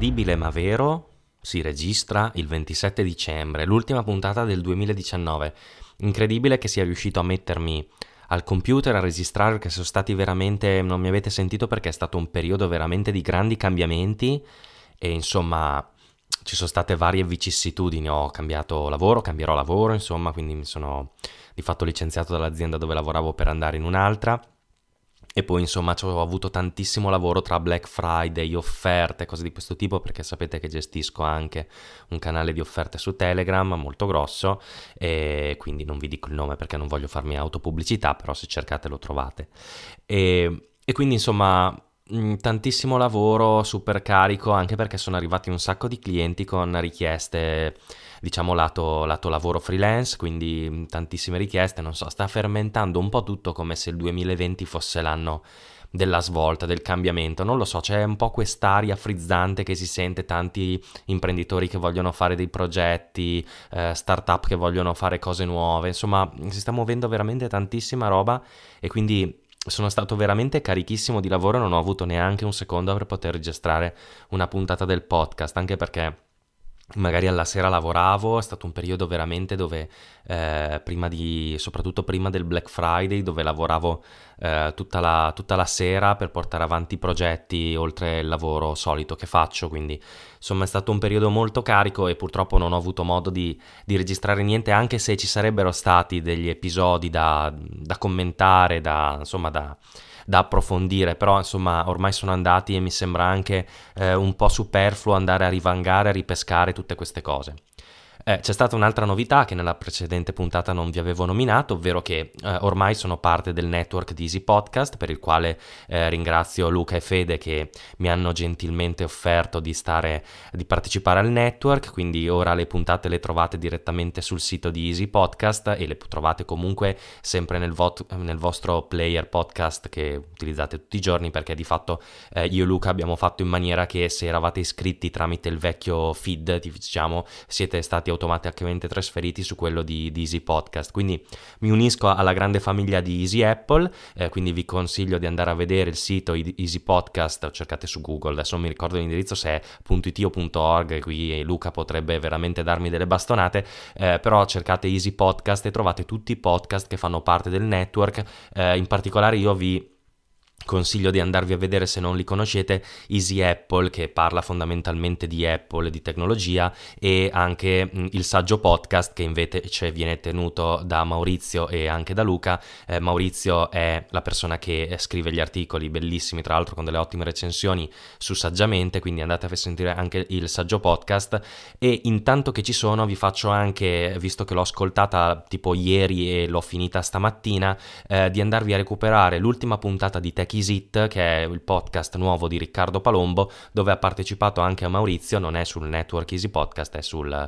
Incredibile ma vero, si registra il 27 dicembre, l'ultima puntata del 2019. Incredibile che sia riuscito a mettermi al computer a registrare, perché sono stati veramente, non mi avete sentito perché è stato un periodo veramente di grandi cambiamenti e insomma ci sono state varie vicissitudini. Ho cambiato lavoro, cambierò lavoro, insomma, quindi mi sono di fatto licenziato dall'azienda dove lavoravo per andare in un'altra. E poi insomma ho avuto tantissimo lavoro tra Black Friday, offerte, cose di questo tipo, perché sapete che gestisco anche un canale di offerte su Telegram molto grosso, e quindi non vi dico il nome perché non voglio farmi autopubblicità, però se cercate lo trovate. E quindi insomma tantissimo lavoro, super carico, anche perché sono arrivati un sacco di clienti con richieste, diciamo lato lavoro freelance, quindi tantissime richieste, non so, sta fermentando un po' tutto come se il 2020 fosse l'anno della svolta, del cambiamento, non lo so, c'è un po' quest'aria frizzante che si sente, tanti imprenditori che vogliono fare dei progetti, startup che vogliono fare cose nuove, insomma si sta muovendo veramente tantissima roba e quindi sono stato veramente carichissimo di lavoro, non ho avuto neanche un secondo per poter registrare una puntata del podcast, anche perché magari alla sera lavoravo, è stato un periodo veramente dove soprattutto prima del Black Friday, dove lavoravo tutta la sera per portare avanti i progetti oltre il lavoro solito che faccio, quindi insomma è stato un periodo molto carico e purtroppo non ho avuto modo di registrare niente, anche se ci sarebbero stati degli episodi da commentare, da approfondire, però insomma ormai sono andati e mi sembra anche un po' superfluo andare a rivangare, a ripescare tutte queste cose. C'è stata un'altra novità che nella precedente puntata non vi avevo nominato, ovvero che ormai sono parte del network di Easy Podcast, per il quale ringrazio Luca e Fede che mi hanno gentilmente offerto di partecipare al network, quindi ora le puntate le trovate direttamente sul sito di Easy Podcast e le trovate comunque sempre nel vostro player podcast che utilizzate tutti i giorni, perché di fatto io e Luca abbiamo fatto in maniera che se eravate iscritti tramite il vecchio feed, diciamo, siete stati automaticamente trasferiti su quello di Easy Podcast, quindi mi unisco alla grande famiglia di Easy Apple, quindi vi consiglio di andare a vedere il sito Easy Podcast, cercate su Google, adesso non mi ricordo l'indirizzo se è .it o .org, qui Luca potrebbe veramente darmi delle bastonate, però cercate Easy Podcast e trovate tutti i podcast che fanno parte del network, in particolare io vi consiglio di andarvi a vedere, se non li conoscete, Easy Apple, che parla fondamentalmente di Apple e di tecnologia, e anche il Saggio Podcast, che invece viene tenuto da Maurizio e anche da Luca. Maurizio è la persona che scrive gli articoli bellissimi, tra l'altro con delle ottime recensioni su Saggiamente, quindi andate a sentire anche il Saggio Podcast. E intanto che ci sono vi faccio anche, visto che l'ho ascoltata tipo ieri e l'ho finita stamattina, di andarvi a recuperare l'ultima puntata di Tech Is It, che è il podcast nuovo di Riccardo Palombo, dove ha partecipato anche a Maurizio. Non è sul network Easy Podcast, è sul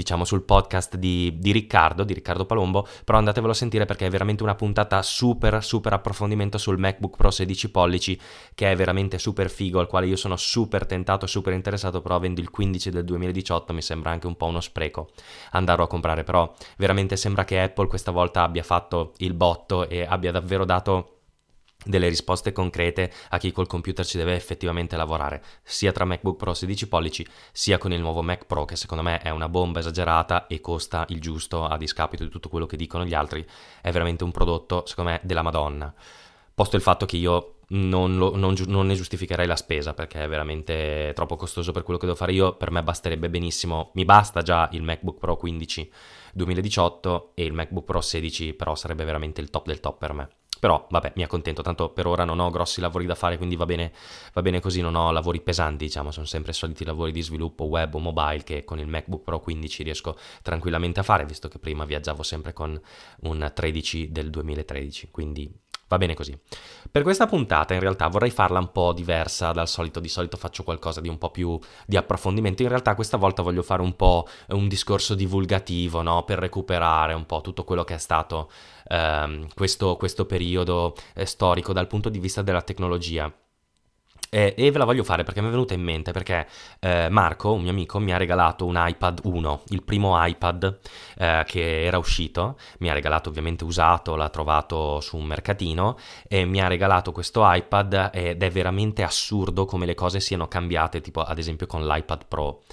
podcast di Riccardo Palombo, però andatevelo a sentire perché è veramente una puntata super approfondimento sul MacBook Pro 16 pollici, che è veramente super figo, al quale io sono super tentato, super interessato, però avendo il 15 del 2018 mi sembra anche un po' uno spreco andarlo a comprare, però veramente sembra che Apple questa volta abbia fatto il botto e abbia davvero dato delle risposte concrete a chi col computer ci deve effettivamente lavorare, sia tra MacBook Pro 16 pollici sia con il nuovo Mac Pro, che secondo me è una bomba esagerata e costa il giusto a discapito di tutto quello che dicono gli altri. È veramente un prodotto secondo me della Madonna, posto il fatto che io non ne giustificherei la spesa perché è veramente troppo costoso per quello che devo fare io. Per me basterebbe benissimo, mi basta già il MacBook Pro 15 2018 e il MacBook Pro 16 però sarebbe veramente il top del top per me. Però vabbè, mi accontento, tanto per ora non ho grossi lavori da fare, quindi va bene così, non ho lavori pesanti, diciamo, sono sempre i soliti lavori di sviluppo web o mobile che con il MacBook Pro 15 riesco tranquillamente a fare, visto che prima viaggiavo sempre con un 13 del 2013, quindi va bene così. Per questa puntata in realtà vorrei farla un po' diversa dal solito, di solito faccio qualcosa di un po' più di approfondimento, in realtà questa volta voglio fare un po' un discorso divulgativo, no? Per recuperare un po' tutto quello che è stato questo periodo storico dal punto di vista della tecnologia. E ve la voglio fare perché mi è venuta in mente, perché Marco, un mio amico, mi ha regalato un iPad 1, il primo iPad che era uscito, mi ha regalato ovviamente usato, l'ha trovato su un mercatino e mi ha regalato questo iPad ed è veramente assurdo come le cose siano cambiate, tipo ad esempio con l'iPad Pro.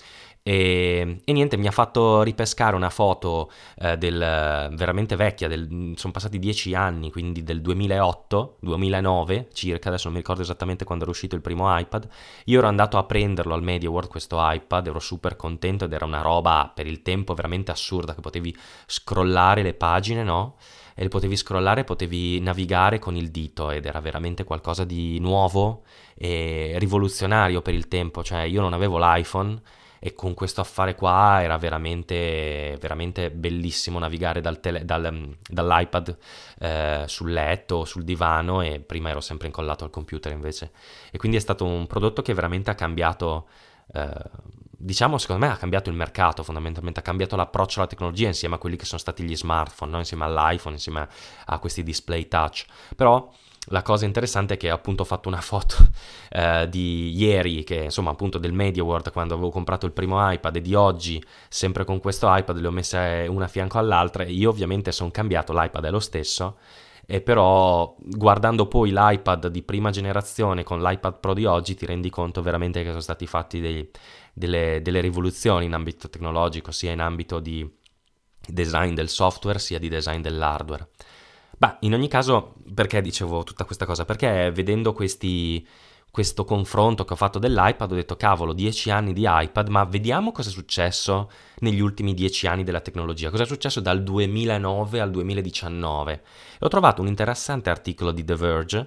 E niente, mi ha fatto ripescare una foto veramente vecchia, sono passati 10 anni, quindi del 2008, 2009 circa, adesso non mi ricordo esattamente quando era uscito il primo iPad. Io ero andato a prenderlo al MediaWorld questo iPad, ero super contento ed era una roba per il tempo veramente assurda, che potevi scrollare le pagine, no? E le potevi scrollare, potevi navigare con il dito ed era veramente qualcosa di nuovo e rivoluzionario per il tempo, cioè io non avevo l'iPhone e con questo affare qua era veramente, veramente bellissimo navigare dall'iPad sul letto o sul divano, e prima ero sempre incollato al computer invece. E quindi è stato un prodotto che veramente ha cambiato, diciamo, secondo me ha cambiato il mercato, fondamentalmente ha cambiato l'approccio alla tecnologia insieme a quelli che sono stati gli smartphone, no? Insieme all'iPhone, insieme a questi display touch. Però la cosa interessante è che appunto ho fatto una foto di ieri, che insomma appunto del MediaWorld, quando avevo comprato il primo iPad, e di oggi sempre con questo iPad, le ho messe una a fianco all'altra. Io ovviamente sono cambiato, l'iPad è lo stesso, e però guardando poi l'iPad di prima generazione con l'iPad Pro di oggi ti rendi conto veramente che sono stati fatti delle rivoluzioni in ambito tecnologico, sia in ambito di design del software sia di design dell'hardware. Beh, in ogni caso, perché dicevo tutta questa cosa? Perché vedendo questo confronto che ho fatto dell'iPad ho detto, cavolo, 10 anni di iPad, ma vediamo cosa è successo negli ultimi 10 anni della tecnologia, cosa è successo dal 2009 al 2019. E ho trovato un interessante articolo di The Verge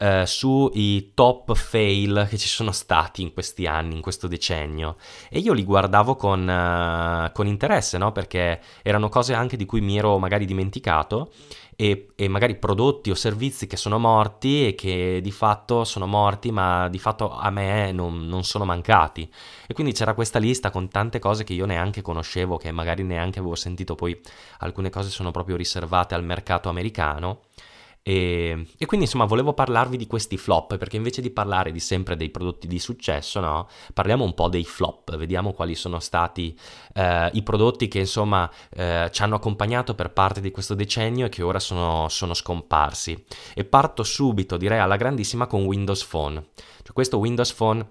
sui top fail che ci sono stati in questi anni, in questo decennio, e io li guardavo con interesse, no? Perché erano cose anche di cui mi ero magari dimenticato, e magari prodotti o servizi che sono morti e che di fatto sono morti, ma di fatto a me non sono mancati. E quindi c'era questa lista con tante cose che io neanche conoscevo, che magari neanche avevo sentito, poi alcune cose sono proprio riservate al mercato americano. E quindi insomma volevo parlarvi di questi flop, perché invece di parlare di sempre dei prodotti di successo, no, parliamo un po' dei flop, vediamo quali sono stati i prodotti che insomma ci hanno accompagnato per parte di questo decennio e che ora sono scomparsi. E parto subito, direi alla grandissima, con Windows Phone. Cioè, questo Windows Phone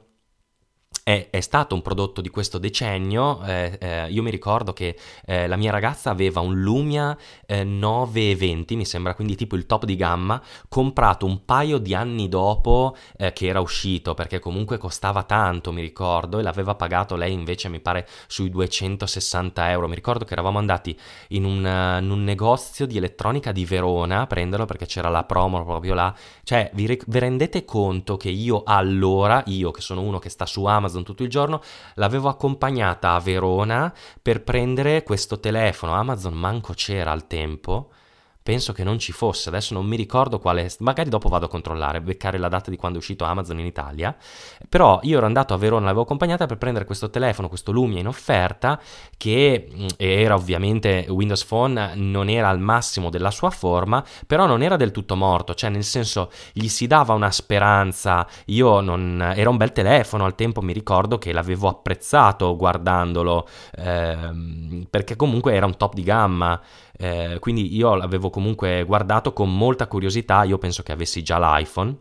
è stato un prodotto di questo decennio. Io mi ricordo che la mia ragazza aveva un Lumia 920, mi sembra, quindi tipo il top di gamma, comprato un paio di anni dopo che era uscito, perché comunque costava tanto, mi ricordo, e l'aveva pagato lei invece, mi pare, sui 260 euro. Mi ricordo che eravamo andati in un negozio di elettronica di Verona a prenderlo perché c'era la promo proprio là. Cioè, vi rendete conto che io allora, io che sono uno che sta su Amazon tutto il giorno, l'avevo accompagnata a Verona per prendere questo telefono. Amazon manco c'era al tempo, penso che non ci fosse, adesso non mi ricordo quale, magari dopo vado a controllare, beccare la data di quando è uscito Amazon in Italia. Però io ero andato a Verona, l'avevo accompagnata per prendere questo telefono, questo Lumia in offerta, che era ovviamente Windows Phone, non era al massimo della sua forma, però non era del tutto morto, cioè nel senso gli si dava una speranza. Io non era un bel telefono al tempo, mi ricordo che l'avevo apprezzato guardandolo, perché comunque era un top di gamma. Quindi io l'avevo comunque guardato con molta curiosità. Io penso che avessi già l'iPhone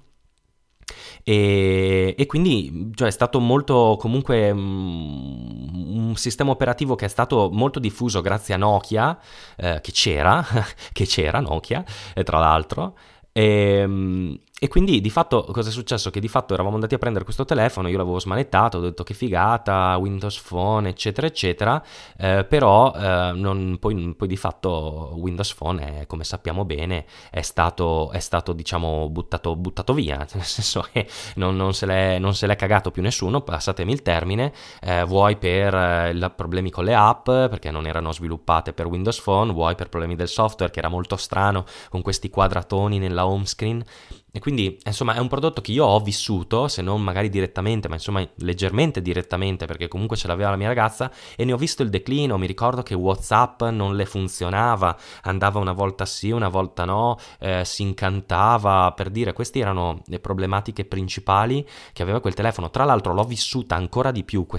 e quindi, cioè, è stato molto comunque un sistema operativo che è stato molto diffuso grazie a Nokia, che c'era che c'era Nokia, tra l'altro. E quindi di fatto cosa è successo? Che di fatto eravamo andati a prendere questo telefono, io l'avevo smanettato, ho detto che figata, Windows Phone eccetera eccetera, però poi di fatto Windows Phone come sappiamo bene è stato diciamo buttato via, nel senso che non se l'è cagato più nessuno, passatemi il termine, vuoi per problemi con le app perché non erano sviluppate per Windows Phone, vuoi per problemi del software che era molto strano con questi quadratoni nella home screen. E quindi, insomma, è un prodotto che io ho vissuto, se non magari direttamente, ma insomma leggermente direttamente, perché comunque ce l'aveva la mia ragazza, e ne ho visto il declino. Mi ricordo che WhatsApp non le funzionava, andava una volta sì, una volta no, si incantava, per dire, queste erano le problematiche principali che aveva quel telefono. Tra l'altro l'ho vissuta ancora di più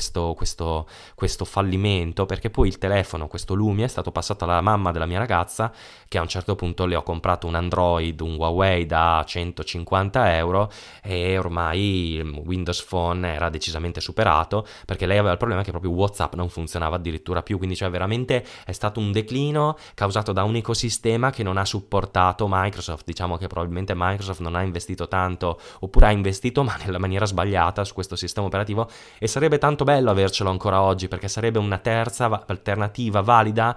questo fallimento, perché poi il telefono, questo Lumia, è stato passato alla mamma della mia ragazza, che a un certo punto le ho comprato un Android, un Huawei da 150 euro, e ormai il Windows Phone era decisamente superato, perché lei aveva il problema che proprio WhatsApp non funzionava addirittura più, quindi cioè veramente è stato un declino causato da un ecosistema che non ha supportato Microsoft. Diciamo che probabilmente Microsoft non ha investito tanto, oppure ha investito ma nella maniera sbagliata su questo sistema operativo, e sarebbe tanto bello avercelo ancora oggi, perché sarebbe una terza alternativa valida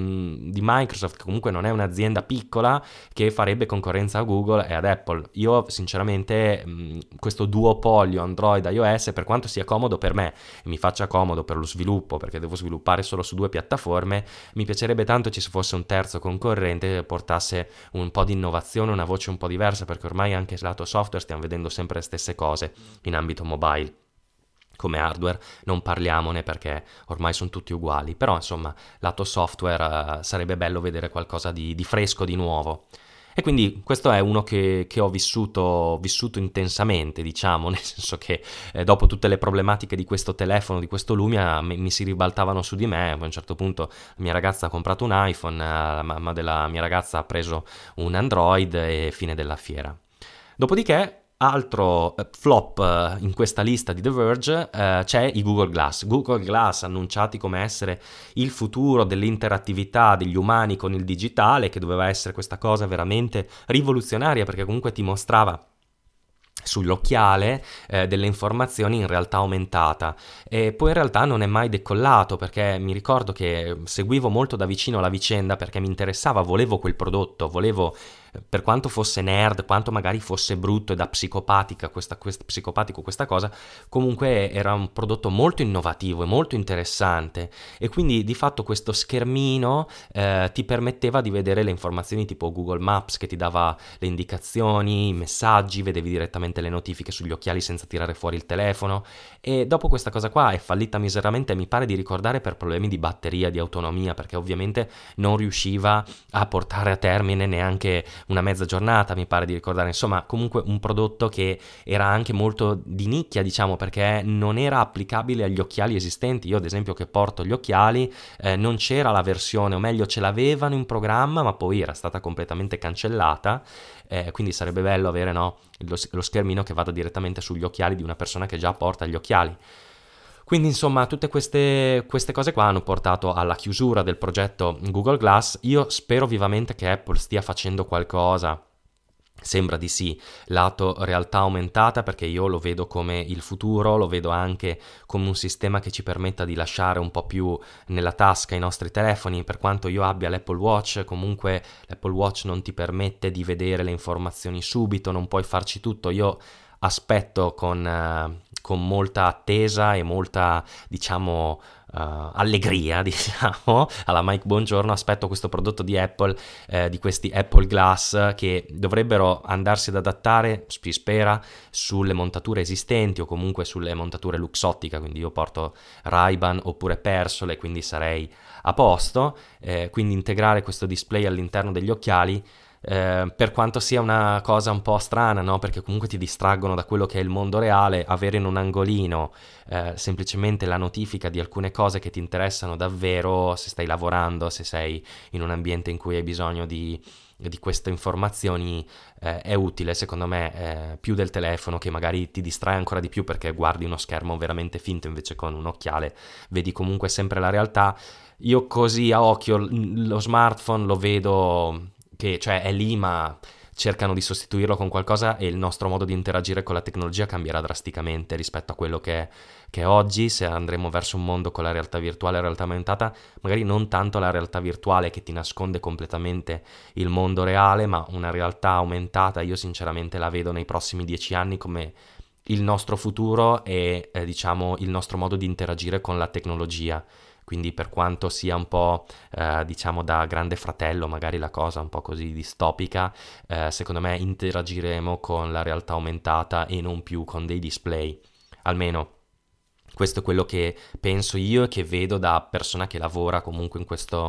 di Microsoft, che comunque non è un'azienda piccola, che farebbe concorrenza a Google e ad Apple. Io sinceramente questo duopolio Android-iOS, per quanto sia comodo per me e mi faccia comodo per lo sviluppo, perché devo sviluppare solo su 2 piattaforme, mi piacerebbe tanto ci fosse un terzo concorrente che portasse un po' di innovazione, una voce un po' diversa, perché ormai anche lato software stiamo vedendo sempre le stesse cose in ambito mobile. Come hardware non parliamone, perché ormai sono tutti uguali, però insomma lato software sarebbe bello vedere qualcosa di fresco, di nuovo. E quindi questo è uno che ho vissuto intensamente, diciamo, nel senso che dopo tutte le problematiche di questo telefono, di questo Lumia, mi si ribaltavano su di me. A un certo punto la mia ragazza ha comprato un iPhone, la mamma della mia ragazza ha preso un Android, e fine della fiera. Dopodiché, altro flop in questa lista di The Verge, c'è i Google Glass. Google Glass, annunciati come essere il futuro dell'interattività degli umani con il digitale, che doveva essere questa cosa veramente rivoluzionaria, perché comunque ti mostrava sull'occhiale delle informazioni in realtà aumentata, e poi in realtà non è mai decollato, perché mi ricordo che seguivo molto da vicino la vicenda, perché mi interessava, volevo quel prodotto, volevo, per quanto fosse nerd, quanto magari fosse brutto e da psicopatico questa cosa, comunque era un prodotto molto innovativo e molto interessante, e quindi di fatto questo schermino ti permetteva di vedere le informazioni tipo Google Maps, che ti dava le indicazioni, i messaggi, vedevi direttamente le notifiche sugli occhiali senza tirare fuori il telefono. E dopo questa cosa qua è fallita miseramente, mi pare di ricordare per problemi di batteria, di autonomia, perché ovviamente non riusciva a portare a termine neanche una mezza giornata, mi pare di ricordare. Insomma, comunque un prodotto che era anche molto di nicchia, diciamo, perché non era applicabile agli occhiali esistenti. Io ad esempio, che porto gli occhiali, non c'era la versione, o meglio ce l'avevano in programma, ma poi era stata completamente cancellata. Quindi sarebbe bello avere, no, lo schermino che vada direttamente sugli occhiali di una persona che già porta gli occhiali. Quindi insomma tutte queste cose qua hanno portato alla chiusura del progetto Google Glass. Io spero vivamente che Apple stia facendo qualcosa. Sembra di sì, lato realtà aumentata, perché io lo vedo come il futuro, lo vedo anche come un sistema che ci permetta di lasciare un po' più nella tasca i nostri telefoni. Per quanto io abbia l'Apple Watch, comunque l'Apple Watch non ti permette di vedere le informazioni subito, non puoi farci tutto. Io aspetto con molta attesa e molta, diciamo, allegria, diciamo, alla Mike Buongiorno, aspetto questo prodotto di Apple, di questi Apple Glass, che dovrebbero andarsi ad adattare, si spera, sulle montature esistenti, o comunque sulle montature Luxottica. Quindi io porto Ray-Ban oppure Persole, quindi sarei a posto. Quindi integrare questo display all'interno degli occhiali, per quanto sia una cosa un po' strana, no? Perché comunque ti distraggono da quello che è il mondo reale, avere in un angolino semplicemente la notifica di alcune cose che ti interessano davvero, se stai lavorando, se sei in un ambiente in cui hai bisogno di queste informazioni, è utile secondo me, più del telefono, che magari ti distrae ancora di più perché guardi uno schermo veramente finto. Invece con un occhiale vedi comunque sempre la realtà. Io così a occhio lo smartphone lo vedo che, cioè, è lì, ma cercano di sostituirlo con qualcosa, e il nostro modo di interagire con la tecnologia cambierà drasticamente rispetto a quello che è oggi. Se andremo verso un mondo con la realtà virtuale e la realtà aumentata, magari non tanto la realtà virtuale che ti nasconde completamente il mondo reale, ma una realtà aumentata, io sinceramente la vedo nei prossimi 10 anni come il nostro futuro e diciamo il nostro modo di interagire con la tecnologia. Quindi per quanto sia un po' diciamo da grande fratello, magari la cosa un po' così distopica, secondo me interagiremo con la realtà aumentata e non più con dei display. Almeno questo è quello che penso io e che vedo da persona che lavora comunque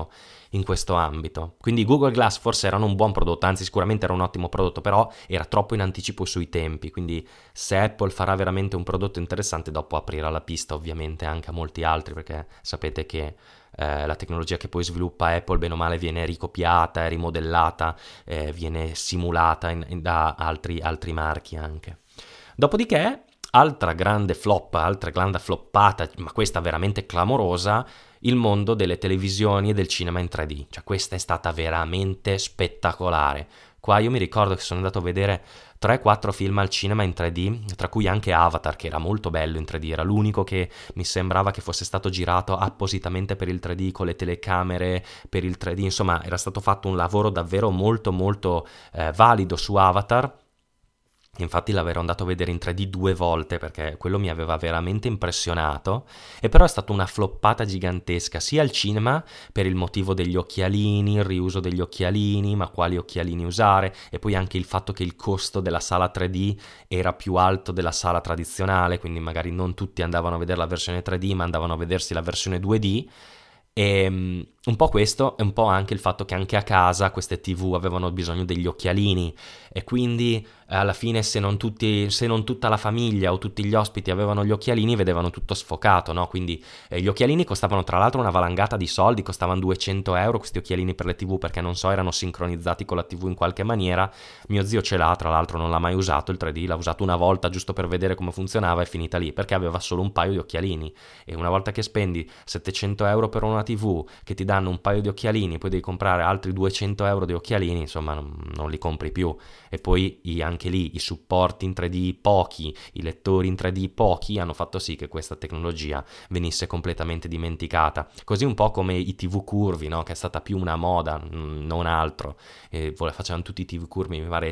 in questo ambito. Quindi Google Glass forse erano un buon prodotto, anzi sicuramente era un ottimo prodotto, però era troppo in anticipo sui tempi. Quindi se Apple farà veramente un prodotto interessante, dopo aprirà la pista ovviamente anche a molti altri, perché sapete che la tecnologia che poi sviluppa Apple bene o male viene ricopiata, è rimodellata, viene simulata da altri marchi anche. Dopodiché altra grande flop, altra grande floppata, ma questa veramente clamorosa, il mondo delle televisioni e del cinema in 3D. Cioè questa è stata veramente spettacolare. Qua io mi ricordo che sono andato a vedere 3-4 film al cinema in 3D, tra cui anche Avatar, che era molto bello in 3D, era l'unico che mi sembrava che fosse stato girato appositamente per il 3D, con le telecamere per il 3D, insomma era stato fatto un lavoro davvero molto molto valido su Avatar. Infatti l'avevo andato a vedere in 3D 2 volte perché quello mi aveva veramente impressionato, e però è stata una floppata gigantesca sia al cinema per il motivo degli occhialini, il riuso degli occhialini, ma quali occhialini usare, e poi anche il fatto che il costo della sala 3D era più alto della sala tradizionale, quindi magari non tutti andavano a vedere la versione 3D ma andavano a vedersi la versione 2D. E un po' questo e un po' anche il fatto che anche a casa queste TV avevano bisogno degli occhialini, e quindi alla fine se non tutta la famiglia o tutti gli ospiti avevano gli occhialini, vedevano tutto sfocato, no? Quindi gli occhialini costavano tra l'altro una valangata di soldi, costavano 200 euro questi occhialini per le TV, perché non so, erano sincronizzati con la TV in qualche maniera. Mio zio ce l'ha, tra l'altro non l'ha mai usato il 3D, l'ha usato una volta giusto per vedere come funzionava, è finita lì perché aveva solo un paio di occhialini, e una volta che spendi 700 euro per una TV che ti danno un paio di occhialini, poi devi comprare altri 200 euro di occhialini, insomma non li compri più. E poi anche lì i supporti in 3D pochi, i lettori in 3D pochi, hanno fatto sì che questa tecnologia venisse completamente dimenticata. Così un po' come i TV curvi, no? Che è stata più una moda, non altro. Facevano tutti i TV curvi, mi pare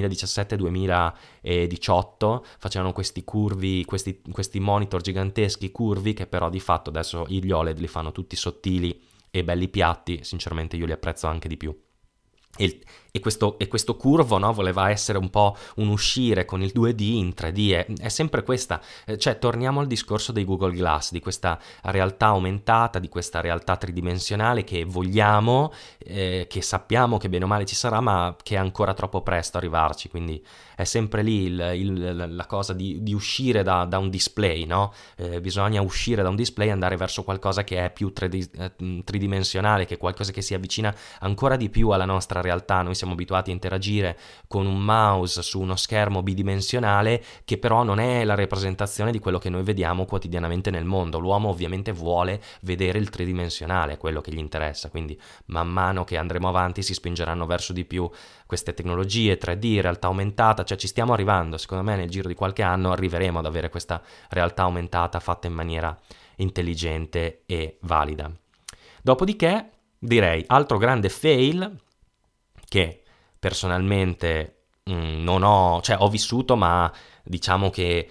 2017-2018, facevano questi curvi, questi monitor giganteschi curvi, che però di fatto adesso gli OLED li fanno tutti sottili e belli piatti. Sinceramente io li apprezzo anche di più. E questo curvo, no, voleva essere un po' un uscire con il 2D in 3D, è sempre questa, cioè torniamo al discorso dei Google Glass, di questa realtà aumentata, di questa realtà tridimensionale che vogliamo, che sappiamo che bene o male ci sarà, ma che è ancora troppo presto arrivarci, quindi è sempre lì la cosa di uscire da un display, no? Bisogna uscire da un display e andare verso qualcosa che è più tridimensionale, che è qualcosa che si avvicina ancora di più alla nostra realtà. Noi siamo abituati a interagire con un mouse su uno schermo bidimensionale, che però non è la rappresentazione di quello che noi vediamo quotidianamente nel mondo. L'uomo ovviamente vuole vedere il tridimensionale, è quello che gli interessa, quindi man mano che andremo avanti si spingeranno verso di più queste tecnologie 3D, realtà aumentata, cioè ci stiamo arrivando. Secondo me nel giro di qualche anno arriveremo ad avere questa realtà aumentata fatta in maniera intelligente e valida. Dopodiché direi altro grande fail che personalmente non ho, cioè ho vissuto, ma diciamo che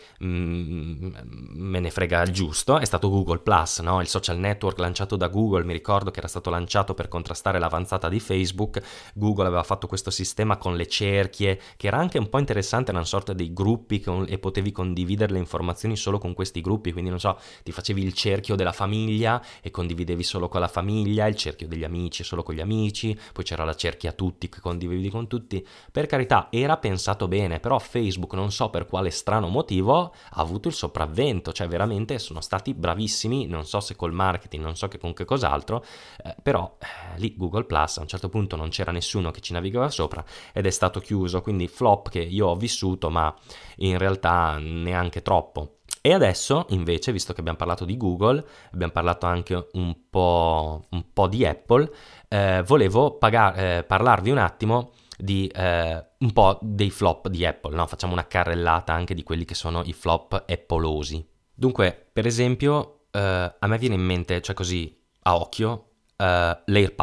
me ne frega il giusto, è stato Google Plus, no? Il social network lanciato da Google. Mi ricordo che era stato lanciato per contrastare l'avanzata di Facebook. Google aveva fatto questo sistema con le cerchie, che era anche un po' interessante, era una sorta di gruppi e potevi condividere le informazioni solo con questi gruppi, quindi non so, ti facevi il cerchio della famiglia e condividevi solo con la famiglia, il cerchio degli amici solo con gli amici, poi c'era la cerchia tutti che condividevi con tutti. Per carità, era pensato bene, però Facebook non so per quale strano motivo ha avuto il sopravvento, cioè veramente sono stati bravissimi, non so se col marketing, non so che con che cos'altro, però lì Google Plus a un certo punto non c'era nessuno che ci navigava sopra ed è stato chiuso, quindi flop che io ho vissuto, ma in realtà neanche troppo. E adesso invece, visto che abbiamo parlato di Google, abbiamo parlato anche un po' di Apple, volevo parlarvi un attimo di un po' dei flop di Apple, no? Facciamo una carrellata anche di quelli che sono i flop appolosi. Dunque, per esempio, a me viene in mente, cioè così a occhio, l'AirPower.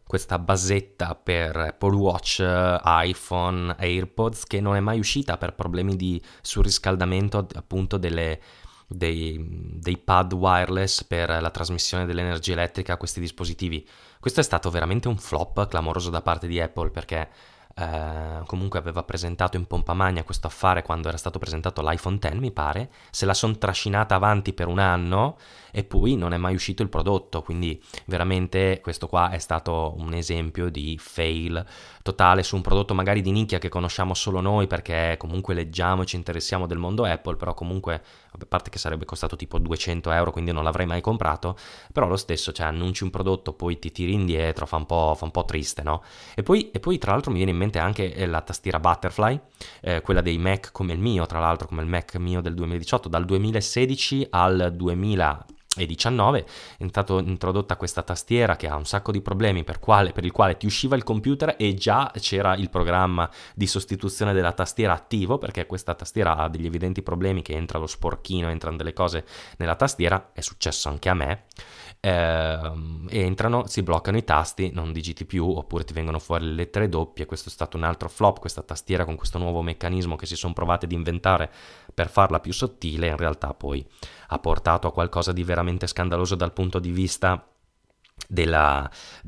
questa basetta per Apple Watch, iPhone, AirPods, che non è mai uscita per problemi di surriscaldamento appunto dei pad wireless per la trasmissione dell'energia elettrica a questi dispositivi. Questo è stato veramente un flop clamoroso da parte di Apple, perché comunque aveva presentato in pompa magna questo affare quando era stato presentato l'iPhone X, mi pare, se la son trascinata avanti per un anno e poi non è mai uscito il prodotto, quindi veramente questo qua è stato un esempio di fail totale su un prodotto magari di nicchia che conosciamo solo noi, perché comunque leggiamo e ci interessiamo del mondo Apple, però comunque, a parte che sarebbe costato tipo 200 euro, quindi non l'avrei mai comprato, però lo stesso, cioè annunci un prodotto, poi ti tiri indietro, fa un po' triste, no? E poi tra l'altro mi viene in mente anche la tastiera Butterfly, quella dei Mac come il mio, tra l'altro come il Mac mio del 2018, dal 2016 al 2019 è stata introdotta questa tastiera che ha un sacco di problemi, per il quale ti usciva il computer e già c'era il programma di sostituzione della tastiera attivo, perché questa tastiera ha degli evidenti problemi, che entra lo sporchino, entrano delle cose nella tastiera, è successo anche a me, entrano, si bloccano i tasti, non digiti più, oppure ti vengono fuori le lettere doppie. Questo è stato un altro flop, questa tastiera con questo nuovo meccanismo che si sono provati ad inventare per farla più sottile, in realtà poi ha portato a qualcosa di veramente scandaloso dal punto di vista della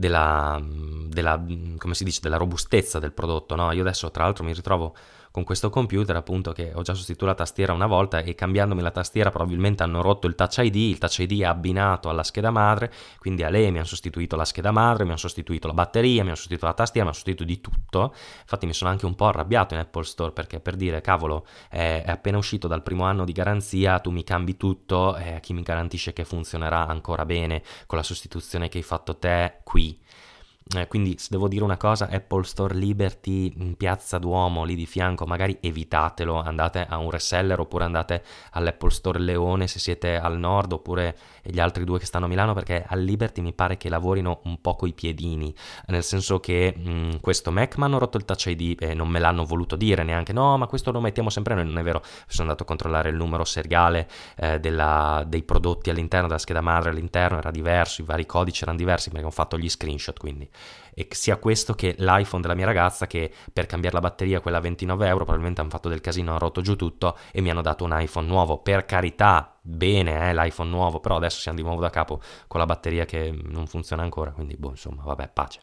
come si dice, della robustezza del prodotto, no? Io adesso tra l'altro mi ritrovo con questo computer, appunto, che ho già sostituito la tastiera una volta, e cambiandomi la tastiera probabilmente hanno rotto il Touch ID è abbinato alla scheda madre, quindi a lei mi hanno sostituito la scheda madre, mi hanno sostituito la batteria, mi hanno sostituito la tastiera, mi hanno sostituito di tutto. Infatti mi sono anche un po' arrabbiato in Apple Store, perché, per dire, cavolo, è appena uscito dal primo anno di garanzia, tu mi cambi tutto, chi mi garantisce che funzionerà ancora bene con la sostituzione che hai fatto te qui? Quindi, se devo dire una cosa, Apple Store Liberty in Piazza Duomo, lì di fianco, magari evitatelo, andate a un reseller oppure andate all'Apple Store Leone se siete al nord, oppure gli altri due che stanno a Milano, perché al Liberty mi pare che lavorino un po' coi piedini, nel senso che questo Mac mi hanno rotto il Touch ID e non me l'hanno voluto dire neanche, no, ma questo lo mettiamo sempre noi, non è vero. Sono andato a controllare il numero seriale dei prodotti all'interno della scheda madre, all'interno era diverso, i vari codici erano diversi, perché ho fatto gli screenshot, quindi. E sia questo che l'iPhone della mia ragazza, che per cambiare la batteria, quella a 29 euro, probabilmente hanno fatto del casino, hanno rotto giù tutto e mi hanno dato un iPhone nuovo. Per carità, bene, l'iPhone nuovo, però adesso siamo di nuovo da capo con la batteria che non funziona ancora, quindi insomma, vabbè, pace.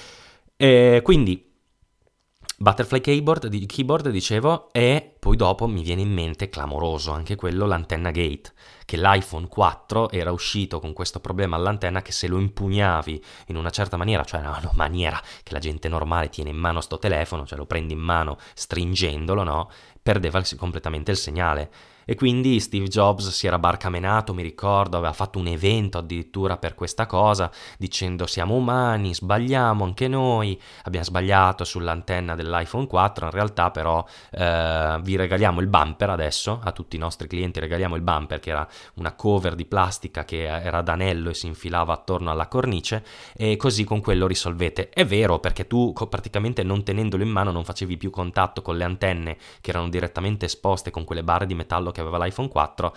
Quindi Butterfly keyboard, dicevo, e poi dopo mi viene in mente, clamoroso anche quello, l'antenna gate, che l'iPhone 4 era uscito con questo problema all'antenna, che se lo impugnavi in una certa maniera, cioè una maniera che la gente normale tiene in mano sto telefono, cioè lo prendi in mano stringendolo, no? Perdeva completamente il segnale. E quindi Steve Jobs si era barcamenato, mi ricordo, aveva fatto un evento addirittura per questa cosa, dicendo: siamo umani, sbagliamo anche noi, abbiamo sbagliato sull'antenna dell'iPhone 4, in realtà però vi regaliamo il bumper adesso, a tutti i nostri clienti regaliamo il bumper, che era una cover di plastica che era ad anello e si infilava attorno alla cornice, e così con quello risolvete. È vero, perché tu praticamente, non tenendolo in mano, non facevi più contatto con le antenne che erano direttamente esposte con quelle barre di metallo che aveva l'iPhone 4,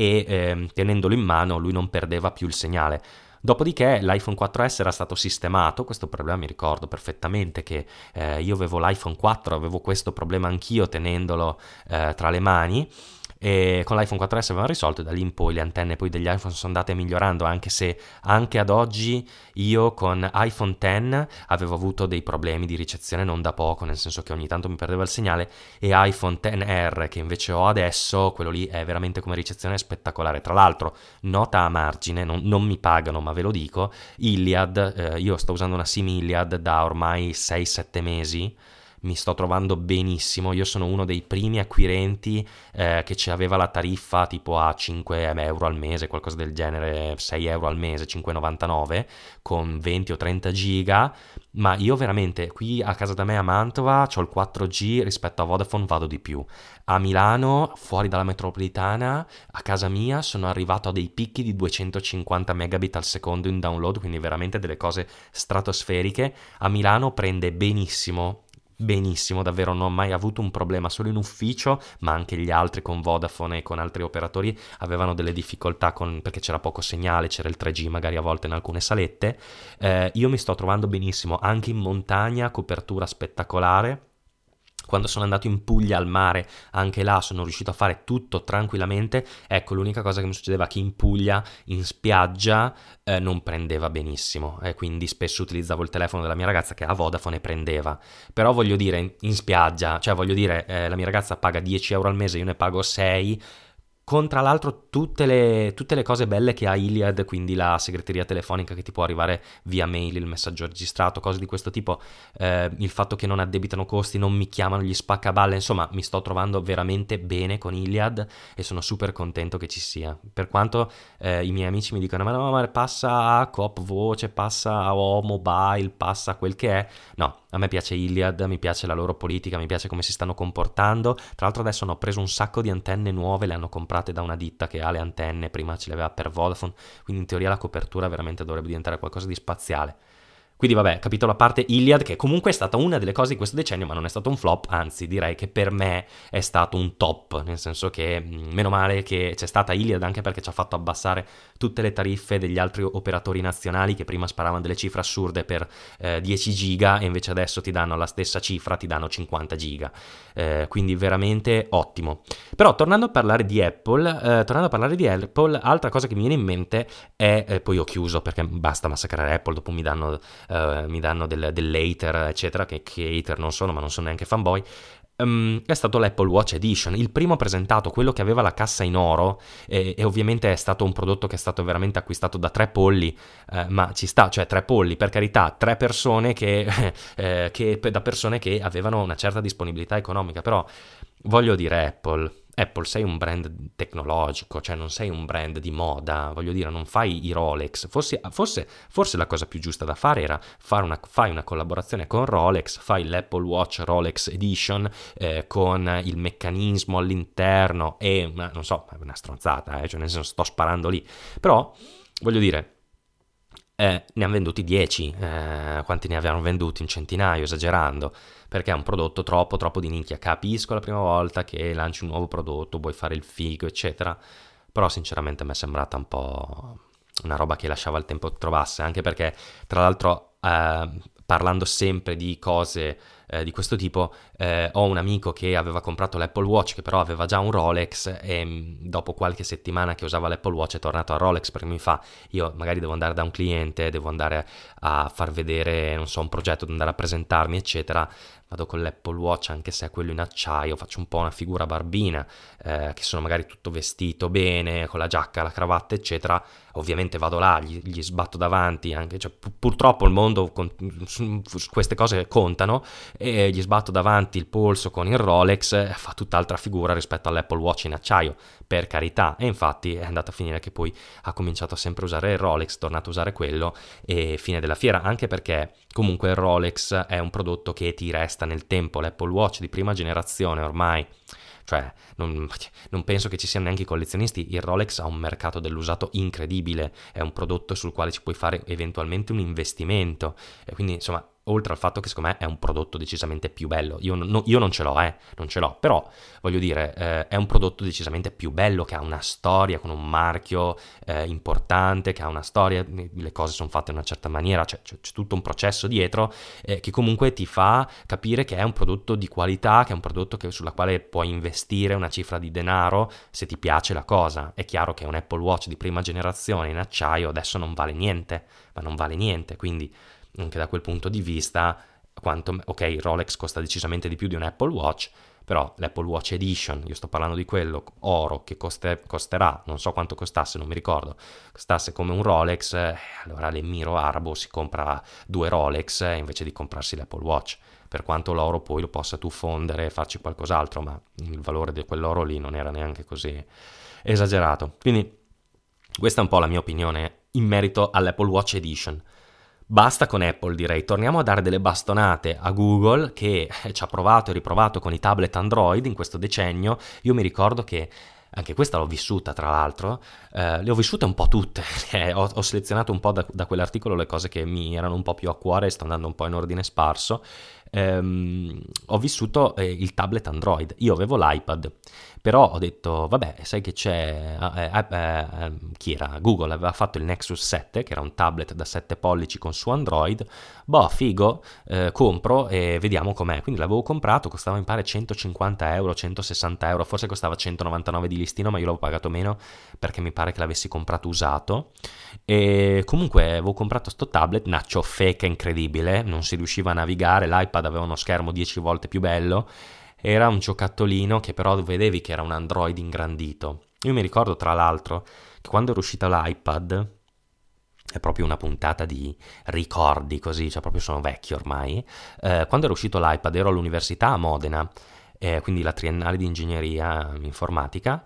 e tenendolo in mano lui non perdeva più il segnale. Dopodiché l'iPhone 4S era stato sistemato, questo problema mi ricordo perfettamente, che io avevo l'iPhone 4, avevo questo problema anch'io tenendolo tra le mani, e con l'iPhone 4S avevano risolto, e da lì in poi le antenne poi degli iPhone sono andate migliorando, anche se anche ad oggi io con iPhone X avevo avuto dei problemi di ricezione non da poco, nel senso che ogni tanto mi perdeva il segnale, e iPhone XR che invece ho adesso, quello lì è veramente, come ricezione, spettacolare. Tra l'altro, nota a margine, non mi pagano ma ve lo dico, Iliad, io sto usando una SIM Iliad da ormai 6-7 mesi, mi sto trovando benissimo. Io sono uno dei primi acquirenti che ci aveva la tariffa tipo a 5 euro al mese, qualcosa del genere, 6 euro al mese, 5,99, con 20 o 30 giga. Ma io veramente, qui a casa da me a Mantova c'ho il 4G, rispetto a Vodafone vado di più. A Milano, fuori dalla metropolitana, a casa mia sono arrivato a dei picchi di 250 megabit al secondo in download, quindi veramente delle cose stratosferiche. A Milano prende benissimo, benissimo, davvero non ho mai avuto un problema solo in ufficio, ma anche gli altri con Vodafone e con altri operatori avevano delle difficoltà perché c'era poco segnale, c'era il 3G magari a volte in alcune salette. Io mi sto trovando benissimo anche in montagna, copertura spettacolare. Quando sono andato in Puglia al mare, anche là sono riuscito a fare tutto tranquillamente. Ecco, l'unica cosa che mi succedeva è che in Puglia, in spiaggia, non prendeva benissimo, quindi spesso utilizzavo il telefono della mia ragazza che a Vodafone prendeva. Però voglio dire, in spiaggia, cioè voglio dire, la mia ragazza paga 10 euro al mese, io ne pago 6, con tra l'altro tutte le cose belle che ha Iliad, quindi la segreteria telefonica che ti può arrivare via mail, il messaggio registrato, cose di questo tipo, il fatto che non addebitano costi, non mi chiamano gli spaccaballe, insomma mi sto trovando veramente bene con Iliad e sono super contento che ci sia. Per quanto i miei amici mi dicono ma no, ma passa a Coop Voce, passa a O Mobile, passa a quel che è, no. A me piace Iliad, mi piace la loro politica, mi piace come si stanno comportando. Tra l'altro adesso hanno preso un sacco di antenne nuove, le hanno comprate da una ditta che ha le antenne, prima ce le aveva per Vodafone, quindi in teoria la copertura veramente dovrebbe diventare qualcosa di spaziale. Quindi vabbè, capitolo a parte Iliad, che comunque è stata una delle cose di questo decennio, ma non è stato un flop, anzi direi che per me è stato un top, nel senso che meno male che c'è stata Iliad, anche perché ci ha fatto abbassare tutte le tariffe degli altri operatori nazionali che prima sparavano delle cifre assurde per 10 giga e invece adesso ti danno la stessa cifra, ti danno 50 giga, quindi veramente ottimo. Però tornando a parlare di Apple, altra cosa che mi viene in mente è, poi ho chiuso perché basta massacrare Apple, dopo mi danno dell'hater eccetera, che hater non sono, ma non sono neanche fanboy. È stato l'Apple Watch Edition, il primo presentato, quello che aveva la cassa in oro, e ovviamente è stato un prodotto che è stato veramente acquistato da 3 polli, ma ci sta, cioè 3 polli, per carità, 3 persone da persone che avevano una certa disponibilità economica, però voglio dire Apple sei un brand tecnologico, cioè non sei un brand di moda, voglio dire, non fai i Rolex. Forse la cosa più giusta da fare era fai una collaborazione con Rolex, fai l'Apple Watch Rolex Edition con il meccanismo all'interno e non so, è una stronzata, cioè nel senso sto sparando lì, però voglio dire, ne hanno venduti 10, quanti ne avevano venduti? Un centinaio, esagerando, perché è un prodotto troppo di nicchia. Capisco la prima volta che lanci un nuovo prodotto, vuoi fare il figo, eccetera, però sinceramente mi è sembrata un po' una roba che lasciava il tempo che trovasse, anche perché, tra l'altro, parlando sempre di cose di questo tipo, ho un amico che aveva comprato l'Apple Watch, che però aveva già un Rolex, e dopo qualche settimana che usava l'Apple Watch è tornato a Rolex perché mi fa, io magari devo andare da un cliente, devo andare a far vedere, non so, un progetto, devo andare a presentarmi, eccetera, vado con l'Apple Watch, anche se è quello in acciaio, faccio un po' una figura barbina, che sono magari tutto vestito bene, con la giacca, la cravatta, eccetera, ovviamente vado là, gli sbatto davanti, anche, cioè, purtroppo il mondo su queste cose contano, e gli sbatto davanti il polso con il Rolex, fa tutt'altra figura rispetto all'Apple Watch in acciaio, per carità, e infatti è andata a finire che poi ha cominciato a sempre usare il Rolex, tornato a usare quello, e fine della fiera, anche perché comunque il Rolex è un prodotto che ti resta nel tempo, l'Apple Watch di prima generazione ormai, cioè non penso che ci siano neanche i collezionisti. Il Rolex ha un mercato dell'usato incredibile, è un prodotto sul quale ci puoi fare eventualmente un investimento, e quindi insomma, oltre al fatto che secondo me è un prodotto decisamente più bello, io non ce l'ho, però voglio dire, è un prodotto decisamente più bello, che ha una storia, con un marchio importante, che ha una storia, le cose sono fatte in una certa maniera, c'è tutto un processo dietro, che comunque ti fa capire che è un prodotto di qualità, che è un prodotto sulla quale puoi investire una cifra di denaro se ti piace la cosa. È chiaro che un Apple Watch di prima generazione in acciaio adesso non vale niente, quindi anche da quel punto di vista, ok, il Rolex costa decisamente di più di un Apple Watch, però l'Apple Watch Edition, io sto parlando di quello oro, che costerà, non so quanto costasse, non mi ricordo, costasse come un Rolex, allora l'emiro arabo si compra 2 Rolex invece di comprarsi l'Apple Watch, per quanto l'oro poi lo possa tu fondere e farci qualcos'altro, ma il valore di quell'oro lì non era neanche così esagerato. Quindi questa è un po' la mia opinione in merito all'Apple Watch Edition. Basta con Apple, direi, torniamo a dare delle bastonate a Google, che ci ha provato e riprovato con i tablet Android in questo decennio. Io mi ricordo che Anche questa l'ho vissuta, tra l'altro. Le ho vissute un po' tutte, perché ho selezionato un po' da quell'articolo le cose che mi erano un po' più a cuore e sto andando un po' in ordine sparso. Ho vissuto il tablet Android. Io avevo l'iPad, però ho detto, vabbè, sai che c'è... chi era? Google aveva fatto il Nexus 7, che era un tablet da 7 pollici con su Android. Boh, figo, compro e vediamo com'è. Quindi l'avevo comprato, costava mi pare 150 euro, 160 euro, forse costava 199 di listino, ma io l'avevo pagato meno perché mi pare che l'avessi comprato usato. E comunque avevo comprato sto tablet, una ciofeca incredibile, non si riusciva a navigare, l'iPad aveva uno schermo 10 volte più bello, era un giocattolino che però vedevi che era un Android ingrandito. Io mi ricordo tra l'altro che quando era uscito l'iPad, è proprio una puntata di ricordi così, cioè proprio sono vecchio ormai, quando era uscito l'iPad ero all'università a Modena, quindi la triennale di ingegneria informatica,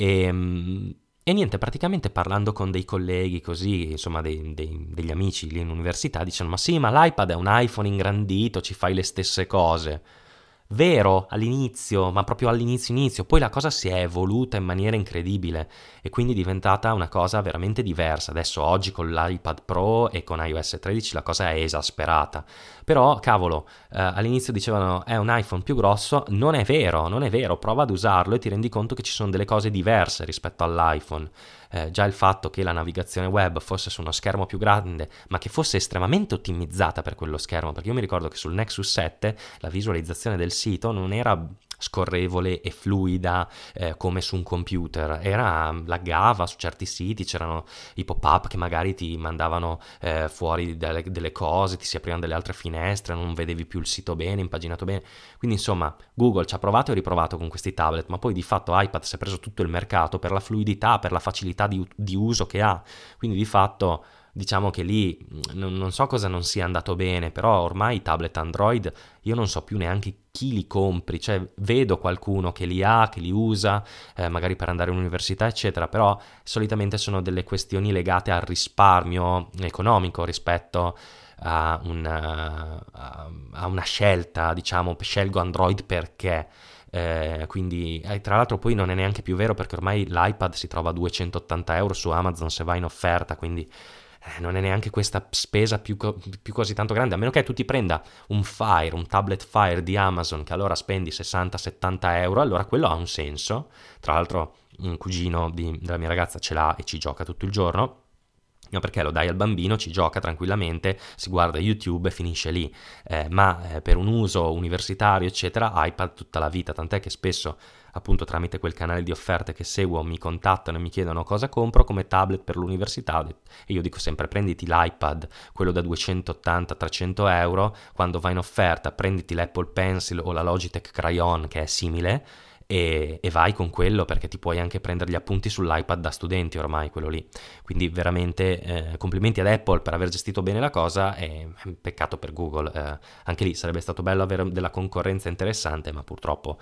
e, e niente, praticamente parlando con dei colleghi così, insomma degli amici lì in università, dicevano ma sì, ma l'iPad è un iPhone ingrandito, ci fai le stesse cose. Vero all'inizio, ma proprio all'inizio, poi la cosa si è evoluta in maniera incredibile e quindi è diventata una cosa veramente diversa. Adesso oggi con l'iPad Pro e con iOS 13 la cosa è esasperata. Però, cavolo, all'inizio dicevano è un iPhone più grosso, non è vero, non è vero, prova ad usarlo e ti rendi conto che ci sono delle cose diverse rispetto all'iPhone. Già il fatto che la navigazione web fosse su uno schermo più grande, ma che fosse estremamente ottimizzata per quello schermo, perché io mi ricordo che sul Nexus 7 la visualizzazione del sito non era scorrevole e fluida come su un computer, laggava su certi siti, c'erano i pop-up che magari ti mandavano fuori delle cose, ti si aprivano delle altre finestre, non vedevi più il sito bene, impaginato bene. Quindi insomma Google ci ha provato e riprovato con questi tablet, ma poi di fatto iPad si è preso tutto il mercato per la fluidità, per la facilità di uso che ha. Quindi di fatto diciamo che lì non so cosa non sia andato bene, però ormai i tablet Android io non so più neanche chi li compri, cioè vedo qualcuno che li ha, che li usa, magari per andare all'università eccetera, però solitamente sono delle questioni legate al risparmio economico rispetto a una scelta, diciamo, scelgo Android perché... quindi tra l'altro poi non è neanche più vero perché ormai l'iPad si trova a 280 euro su Amazon se va in offerta, quindi non è neanche questa spesa più così tanto grande, a meno che tu ti prenda un tablet Fire di Amazon che allora spendi 60-70 euro, allora quello ha un senso. Tra l'altro un cugino della mia ragazza ce l'ha e ci gioca tutto il giorno. No, perché lo dai al bambino, ci gioca tranquillamente, si guarda YouTube e finisce lì, ma per un uso universitario eccetera iPad tutta la vita, tant'è che spesso appunto tramite quel canale di offerte che seguo mi contattano e mi chiedono cosa compro come tablet per l'università e io dico sempre prenditi l'iPad, quello da 280-300 euro, quando va in offerta prenditi l'Apple Pencil o la Logitech Crayon che è simile e vai con quello perché ti puoi anche prendere gli appunti sull'iPad da studenti ormai quello lì, quindi veramente complimenti ad Apple per aver gestito bene la cosa e peccato per Google, anche lì sarebbe stato bello avere della concorrenza interessante ma purtroppo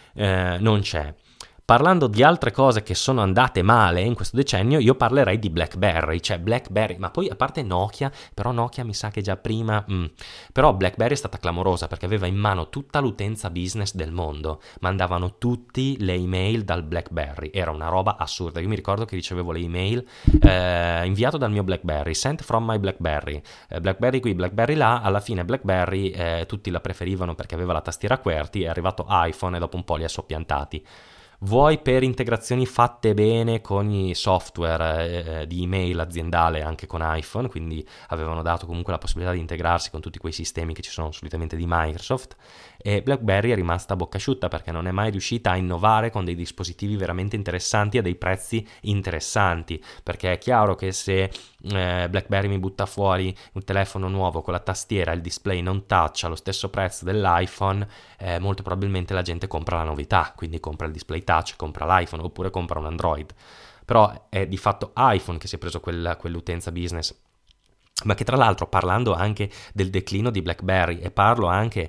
non c'è. Parlando di altre cose che sono andate male in questo decennio, io parlerei di BlackBerry, cioè BlackBerry, ma poi a parte Nokia, però Nokia mi sa che già prima, però BlackBerry è stata clamorosa perché aveva in mano tutta l'utenza business del mondo, mandavano tutti le email dal BlackBerry, era una roba assurda, io mi ricordo che ricevevo le email inviato dal mio BlackBerry, sent from my BlackBerry, BlackBerry qui, BlackBerry là, alla fine BlackBerry tutti la preferivano perché aveva la tastiera QWERTY, è arrivato iPhone e dopo un po' li ha soppiantati. Vuoi per integrazioni fatte bene con i software di email aziendale anche con iPhone, quindi avevano dato comunque la possibilità di integrarsi con tutti quei sistemi che ci sono solitamente di Microsoft, e BlackBerry è rimasta a bocca asciutta perché non è mai riuscita a innovare con dei dispositivi veramente interessanti a dei prezzi interessanti, perché è chiaro che se BlackBerry mi butta fuori un telefono nuovo con la tastiera e il display non touch allo stesso prezzo dell'iPhone, molto probabilmente la gente compra la novità, quindi compra il display touch, compra l'iPhone oppure compra un Android. Però è di fatto iPhone che si è preso quell'utenza business ma che tra l'altro, parlando anche del declino di BlackBerry, e parlo anche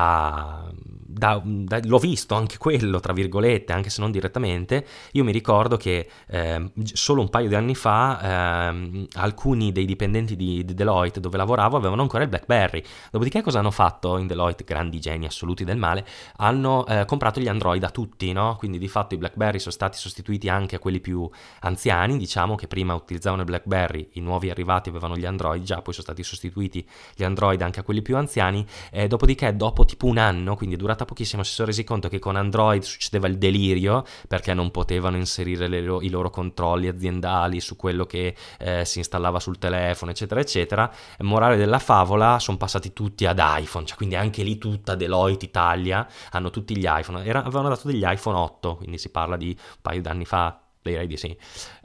l'ho visto anche quello, tra virgolette, anche se non direttamente, io mi ricordo che solo un paio di anni fa alcuni dei dipendenti di Deloitte, dove lavoravo, avevano ancora il BlackBerry. Dopodiché cosa hanno fatto in Deloitte, grandi geni assoluti del male? Hanno comprato gli Android a tutti, no? Quindi di fatto i BlackBerry sono stati sostituiti anche a quelli più anziani, diciamo, che prima utilizzavano il BlackBerry, i nuovi arrivati avevano gli Android già, poi sono stati sostituiti gli Android anche a quelli più anziani, dopodiché dopo tipo un anno, quindi è durata pochissimo, si sono resi conto che con Android succedeva il delirio, perché non potevano inserire i loro controlli aziendali su quello che si installava sul telefono, eccetera eccetera. Morale della favola, sono passati tutti ad iPhone, cioè quindi anche lì tutta Deloitte Italia hanno tutti gli iPhone, avevano dato degli iPhone 8, quindi si parla di un paio d'anni fa, direi di sì,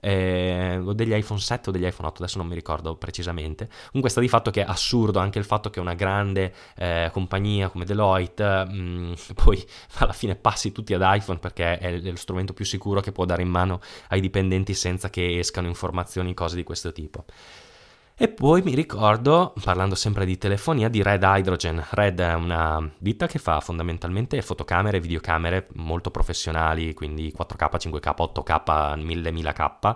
o degli iPhone 7 o degli iPhone 8, adesso non mi ricordo precisamente. Comunque sta di fatto che è assurdo anche il fatto che una grande compagnia come Deloitte poi alla fine passi tutti ad iPhone, perché è lo strumento più sicuro che può dare in mano ai dipendenti senza che escano informazioni, cose di questo tipo. E poi mi ricordo, parlando sempre di telefonia, di Red Hydrogen. Red è una ditta che fa fondamentalmente fotocamere e videocamere molto professionali, quindi 4K, 5K, 8K, 1000K,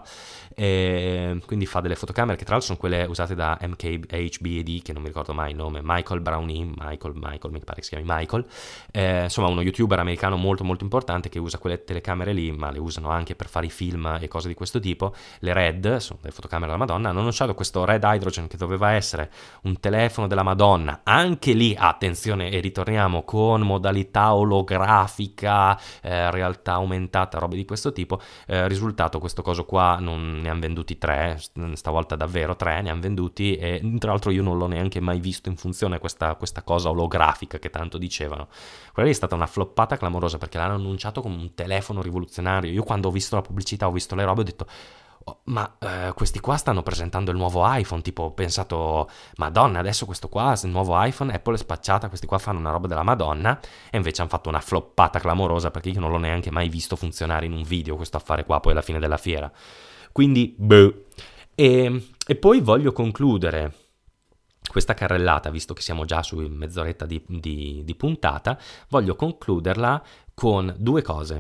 e quindi fa delle fotocamere che tra l'altro sono quelle usate da MKHBD, che non mi ricordo mai il nome, Michael Brownie, Michael, mi pare che si chiami Michael, insomma uno youtuber americano molto molto importante che usa quelle telecamere lì, ma le usano anche per fare i film e cose di questo tipo. Le Red, sono delle fotocamere della Madonna, hanno annunciato questo Red Hydrogen che doveva essere un telefono della Madonna, anche lì attenzione, e ritorniamo con modalità olografica, realtà aumentata, robe di questo tipo. Risultato, questo coso qua non ne hanno venduti 3, stavolta davvero 3 ne hanno venduti, e tra l'altro io non l'ho neanche mai visto in funzione questa cosa olografica che tanto dicevano. Quella lì è stata una floppata clamorosa, perché l'hanno annunciato come un telefono rivoluzionario. Io quando ho visto la pubblicità, ho visto le robe, ho detto ma questi qua stanno presentando il nuovo iPhone, tipo ho pensato Madonna, adesso questo qua il nuovo iPhone, Apple è spacciata, questi qua fanno una roba della Madonna, e invece hanno fatto una floppata clamorosa, perché io non l'ho neanche mai visto funzionare in un video questo affare qua poi alla fine della fiera, quindi boh. E poi voglio concludere questa carrellata, visto che siamo già su mezz'oretta di puntata, voglio concluderla con due cose.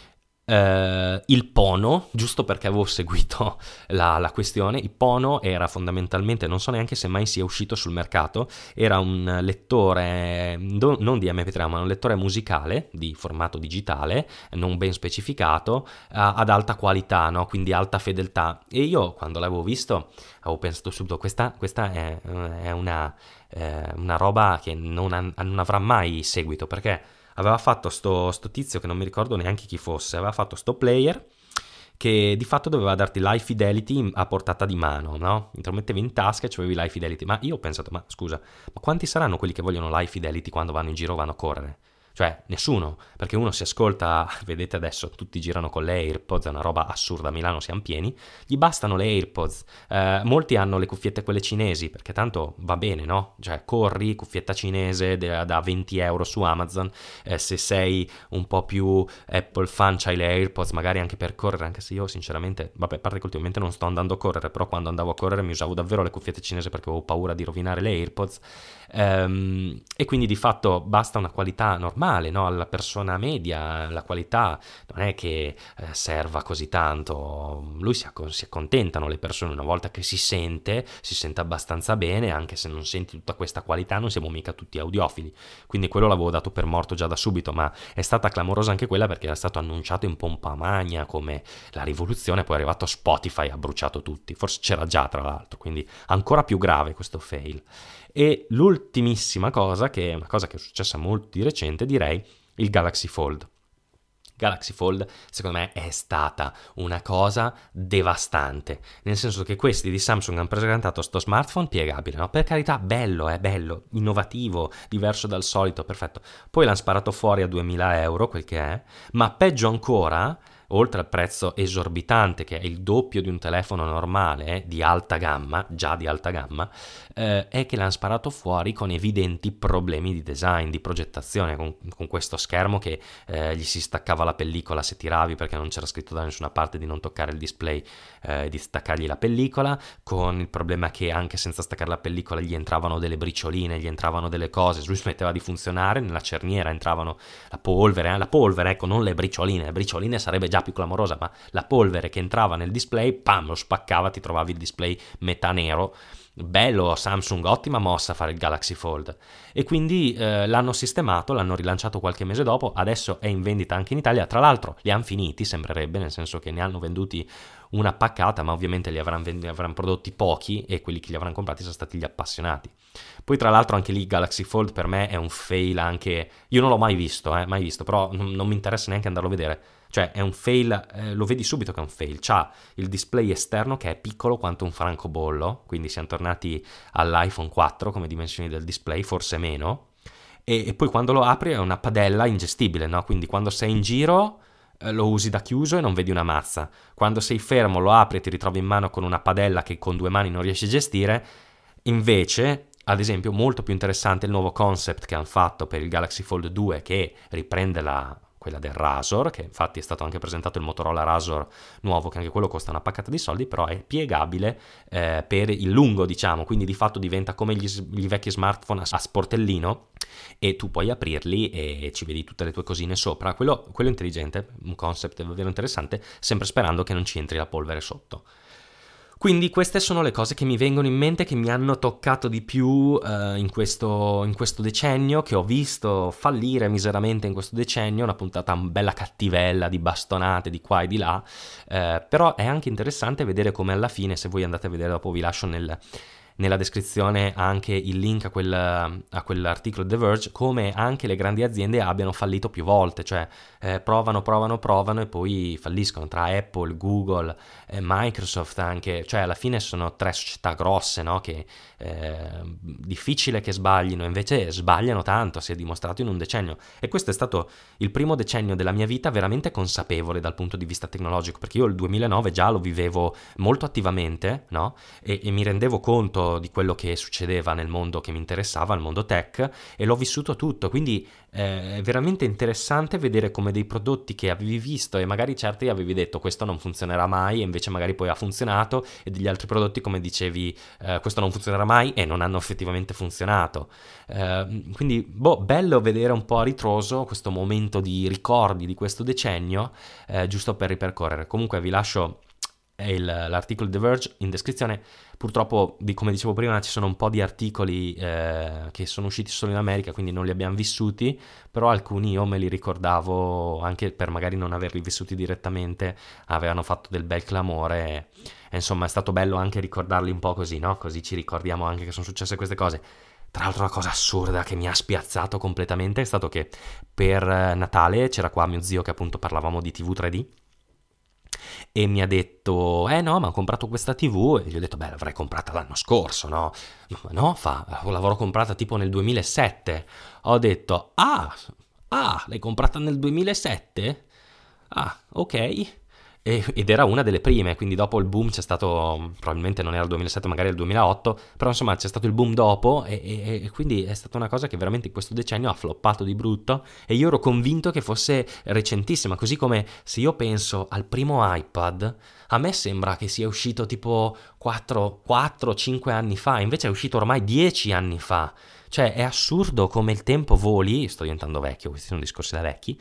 Il Pono, giusto perché avevo seguito la questione. Il Pono era fondamentalmente, non so neanche se mai sia uscito sul mercato, era un lettore non di MP3 ma un lettore musicale di formato digitale non ben specificato, ad alta qualità, no? Quindi alta fedeltà. E io quando l'avevo visto avevo pensato subito questa è una roba che non avrà mai seguito, perché aveva fatto sto tizio che non mi ricordo neanche chi fosse, aveva fatto sto player che di fatto doveva darti l'high fidelity a portata di mano, no? Te lo mettevi in tasca e c'avevi l'high fidelity. Ma io ho pensato, ma scusa, ma quanti saranno quelli che vogliono l'high fidelity quando vanno in giro o vanno a correre? Cioè, nessuno, perché uno si ascolta, vedete adesso, tutti girano con le AirPods, è una roba assurda, a Milano siamo pieni, gli bastano le AirPods, molti hanno le cuffiette quelle cinesi, perché tanto va bene, no? Cioè, corri, cuffietta cinese da 20 euro su Amazon, se sei un po' più Apple fan c'hai le AirPods, magari anche per correre, anche se io sinceramente, vabbè, a parte che ultimamente non sto andando a correre, però quando andavo a correre mi usavo davvero le cuffiette cinese perché avevo paura di rovinare le AirPods, e quindi di fatto basta una qualità normale, no? Alla persona media la qualità non è che serva così tanto, lui si accontentano le persone una volta che si sente abbastanza bene, anche se non senti tutta questa qualità, non siamo mica tutti audiofili, quindi quello l'avevo dato per morto già da subito, ma è stata clamorosa anche quella perché era stato annunciato in pompa magna come la rivoluzione, poi è arrivato Spotify, ha bruciato tutti, forse c'era già tra l'altro, quindi ancora più grave questo fail. E l'ultimissima cosa, che è una cosa che è successa molto di recente, direi il Galaxy Fold. Galaxy Fold secondo me è stata una cosa devastante, nel senso che questi di Samsung hanno presentato sto smartphone piegabile, no? Per carità, bello, è bello, innovativo, diverso dal solito, perfetto. Poi l'hanno sparato fuori a 2000 euro, quel che è, ma peggio ancora oltre al prezzo esorbitante, che è il doppio di un telefono normale, di alta gamma, già di alta gamma, è che l'hanno sparato fuori con evidenti problemi di design, di progettazione, con questo schermo che gli si staccava la pellicola se tiravi, perché non c'era scritto da nessuna parte di non toccare il display, di staccargli la pellicola, con il problema che anche senza staccare la pellicola gli entravano delle bricioline, gli entravano delle cose, lui smetteva di funzionare, nella cerniera entravano la polvere, ecco, non le bricioline sarebbe già più clamorosa, ma la polvere che entrava nel display, pam, lo spaccava, ti trovavi il display metà nero. Bello Samsung, ottima mossa a fare il Galaxy Fold. E quindi l'hanno sistemato, l'hanno rilanciato qualche mese dopo, adesso è in vendita anche in Italia, tra l'altro li hanno finiti, sembrerebbe, nel senso che ne hanno venduti una paccata, ma ovviamente li avranno prodotti pochi e quelli che li avranno comprati sono stati gli appassionati. Poi tra l'altro anche lì Galaxy Fold per me è un fail, anche io non l'ho mai visto, però non mi interessa neanche andarlo a vedere. Cioè è un fail, lo vedi subito che è un fail. C'ha il display esterno che è piccolo quanto un francobollo, quindi siamo tornati all'iPhone 4 come dimensioni del display, forse meno, e poi quando lo apri è una padella ingestibile, no? Quindi quando sei in giro lo usi da chiuso e non vedi una mazza. Quando sei fermo lo apri e ti ritrovi in mano con una padella che con due mani non riesci a gestire. Invece, ad esempio, molto più interessante il nuovo concept che hanno fatto per il Galaxy Fold 2, che riprende quella del Razr, che infatti è stato anche presentato il Motorola Razr nuovo, che anche quello costa una paccata di soldi, però è piegabile per il lungo, diciamo, quindi di fatto diventa come gli vecchi smartphone a sportellino, e tu puoi aprirli e ci vedi tutte le tue cosine sopra. Quello intelligente, un concept davvero interessante, sempre sperando che non ci entri la polvere sotto. Quindi queste sono le cose che mi vengono in mente, che mi hanno toccato di più in questo decennio, che ho visto fallire miseramente in questo decennio, una puntata bella cattivella di bastonate di qua e di là, però è anche interessante vedere come alla fine, se voi andate a vedere dopo vi lascio nella descrizione anche il link a quell'articolo di The Verge, come anche le grandi aziende abbiano fallito più volte, cioè provano e poi falliscono, tra Apple, Google, Microsoft anche, cioè alla fine sono tre società grosse, no? Che difficile che sbaglino, invece sbagliano tanto, si è dimostrato in un decennio, e questo è stato il primo decennio della mia vita veramente consapevole dal punto di vista tecnologico, perché io il 2009 già lo vivevo molto attivamente, no? E mi rendevo conto di quello che succedeva nel mondo che mi interessava, il mondo tech, e l'ho vissuto tutto, quindi è veramente interessante vedere come dei prodotti che avevi visto e magari certi avevi detto questo non funzionerà mai, e invece magari poi ha funzionato, e degli altri prodotti come dicevi questo non funzionerà mai, e non hanno effettivamente funzionato. Quindi bello vedere un po' a ritroso questo momento di ricordi di questo decennio, giusto per ripercorrere. Comunque vi lascio l'articolo di The Verge in descrizione. Purtroppo, come dicevo prima, ci sono un po' di articoli che sono usciti solo in America, quindi non li abbiamo vissuti, però alcuni io me li ricordavo, anche per magari non averli vissuti direttamente, avevano fatto del bel clamore, e insomma è stato bello anche ricordarli un po' così, no? Così ci ricordiamo anche che sono successe queste cose. Tra l'altro una cosa assurda che mi ha spiazzato completamente è stato che per Natale c'era qua mio zio, che appunto parlavamo di TV 3D, e mi ha detto no, ma ho comprato questa TV, e gli ho detto l'avrei comprata l'anno scorso, no? Ma no, l'avrò comprata tipo nel 2007. Ho detto l'hai comprata nel 2007? Ok. Ed era una delle prime, quindi dopo il boom c'è stato, probabilmente non era il 2007, magari il 2008, però insomma c'è stato il boom dopo, e quindi è stata una cosa che veramente in questo decennio ha floppato di brutto, e io ero convinto che fosse recentissima, così come se io penso al primo iPad, a me sembra che sia uscito tipo 4-5 anni fa, invece è uscito ormai 10 anni fa. Cioè è assurdo come il tempo voli, sto diventando vecchio, questi sono discorsi da vecchi,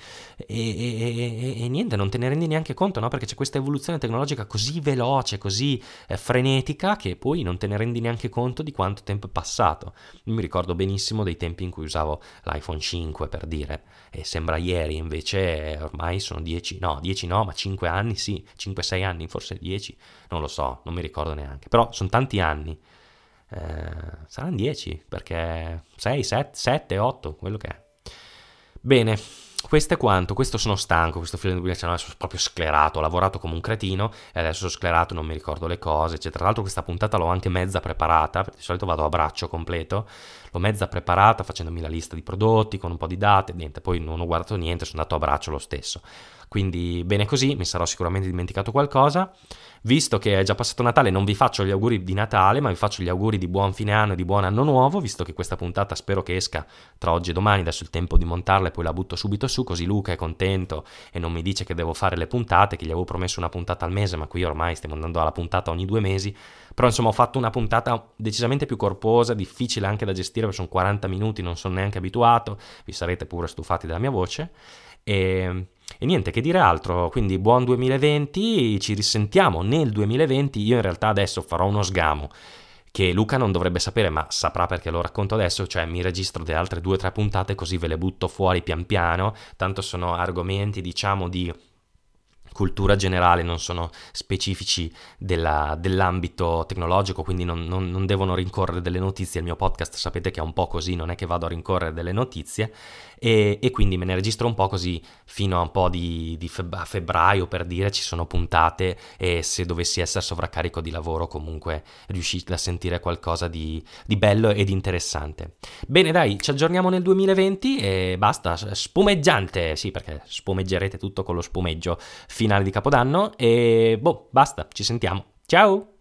e niente, non te ne rendi neanche conto, no? Perché c'è questa evoluzione tecnologica così veloce, così frenetica, che poi non te ne rendi neanche conto di quanto tempo è passato. Io mi ricordo benissimo dei tempi in cui usavo l'iPhone 5, per dire, e sembra ieri, invece ormai sono 10 no, ma 5 anni, sì, 5-6 anni, forse 10, non lo so, non mi ricordo neanche, però sono tanti anni. Saranno 10, perché 6, 7, 8, quello che è. Bene, questo è quanto. Questo sono stanco, questo film del 2019 sono proprio sclerato, ho lavorato come un cretino e adesso sono sclerato, non mi ricordo le cose, eccetera. Tra l'altro questa puntata l'ho anche mezza preparata, perché di solito vado a braccio completo, l'ho mezza preparata facendomi la lista di prodotti con un po' di date, niente, poi non ho guardato niente, sono andato a braccio lo stesso. Quindi bene così, mi sarò sicuramente dimenticato qualcosa. Visto che è già passato Natale, non vi faccio gli auguri di Natale, ma vi faccio gli auguri di buon fine anno e di buon anno nuovo, visto che questa puntata spero che esca tra oggi e domani, adesso è il tempo di montarla e poi la butto subito su, così Luca è contento e non mi dice che devo fare le puntate, che gli avevo promesso una puntata al mese, ma qui ormai stiamo andando alla puntata ogni 2 mesi. Però insomma ho fatto una puntata decisamente più corposa, difficile anche da gestire, perché sono 40 minuti, non sono neanche abituato, vi sarete pure stufati della mia voce. E niente, che dire altro, quindi buon 2020, ci risentiamo nel 2020, io in realtà adesso farò uno sgamo che Luca non dovrebbe sapere, ma saprà perché lo racconto adesso, cioè mi registro delle altre 2 o 3 puntate così ve le butto fuori pian piano, tanto sono argomenti diciamo di cultura generale, non sono specifici dell'ambito tecnologico, quindi non devono rincorrere delle notizie. Il mio podcast sapete che è un po' così, non è che vado a rincorrere delle notizie, e quindi me ne registro un po' così fino a un po' a febbraio, per dire, ci sono puntate, e se dovessi essere sovraccarico di lavoro comunque riuscite a sentire qualcosa di bello e di interessante. Bene dai, ci aggiorniamo nel 2020 e basta, spumeggiante, sì, perché spumeggerete tutto con lo spumeggio finale di Capodanno, e boh, basta, ci sentiamo. Ciao!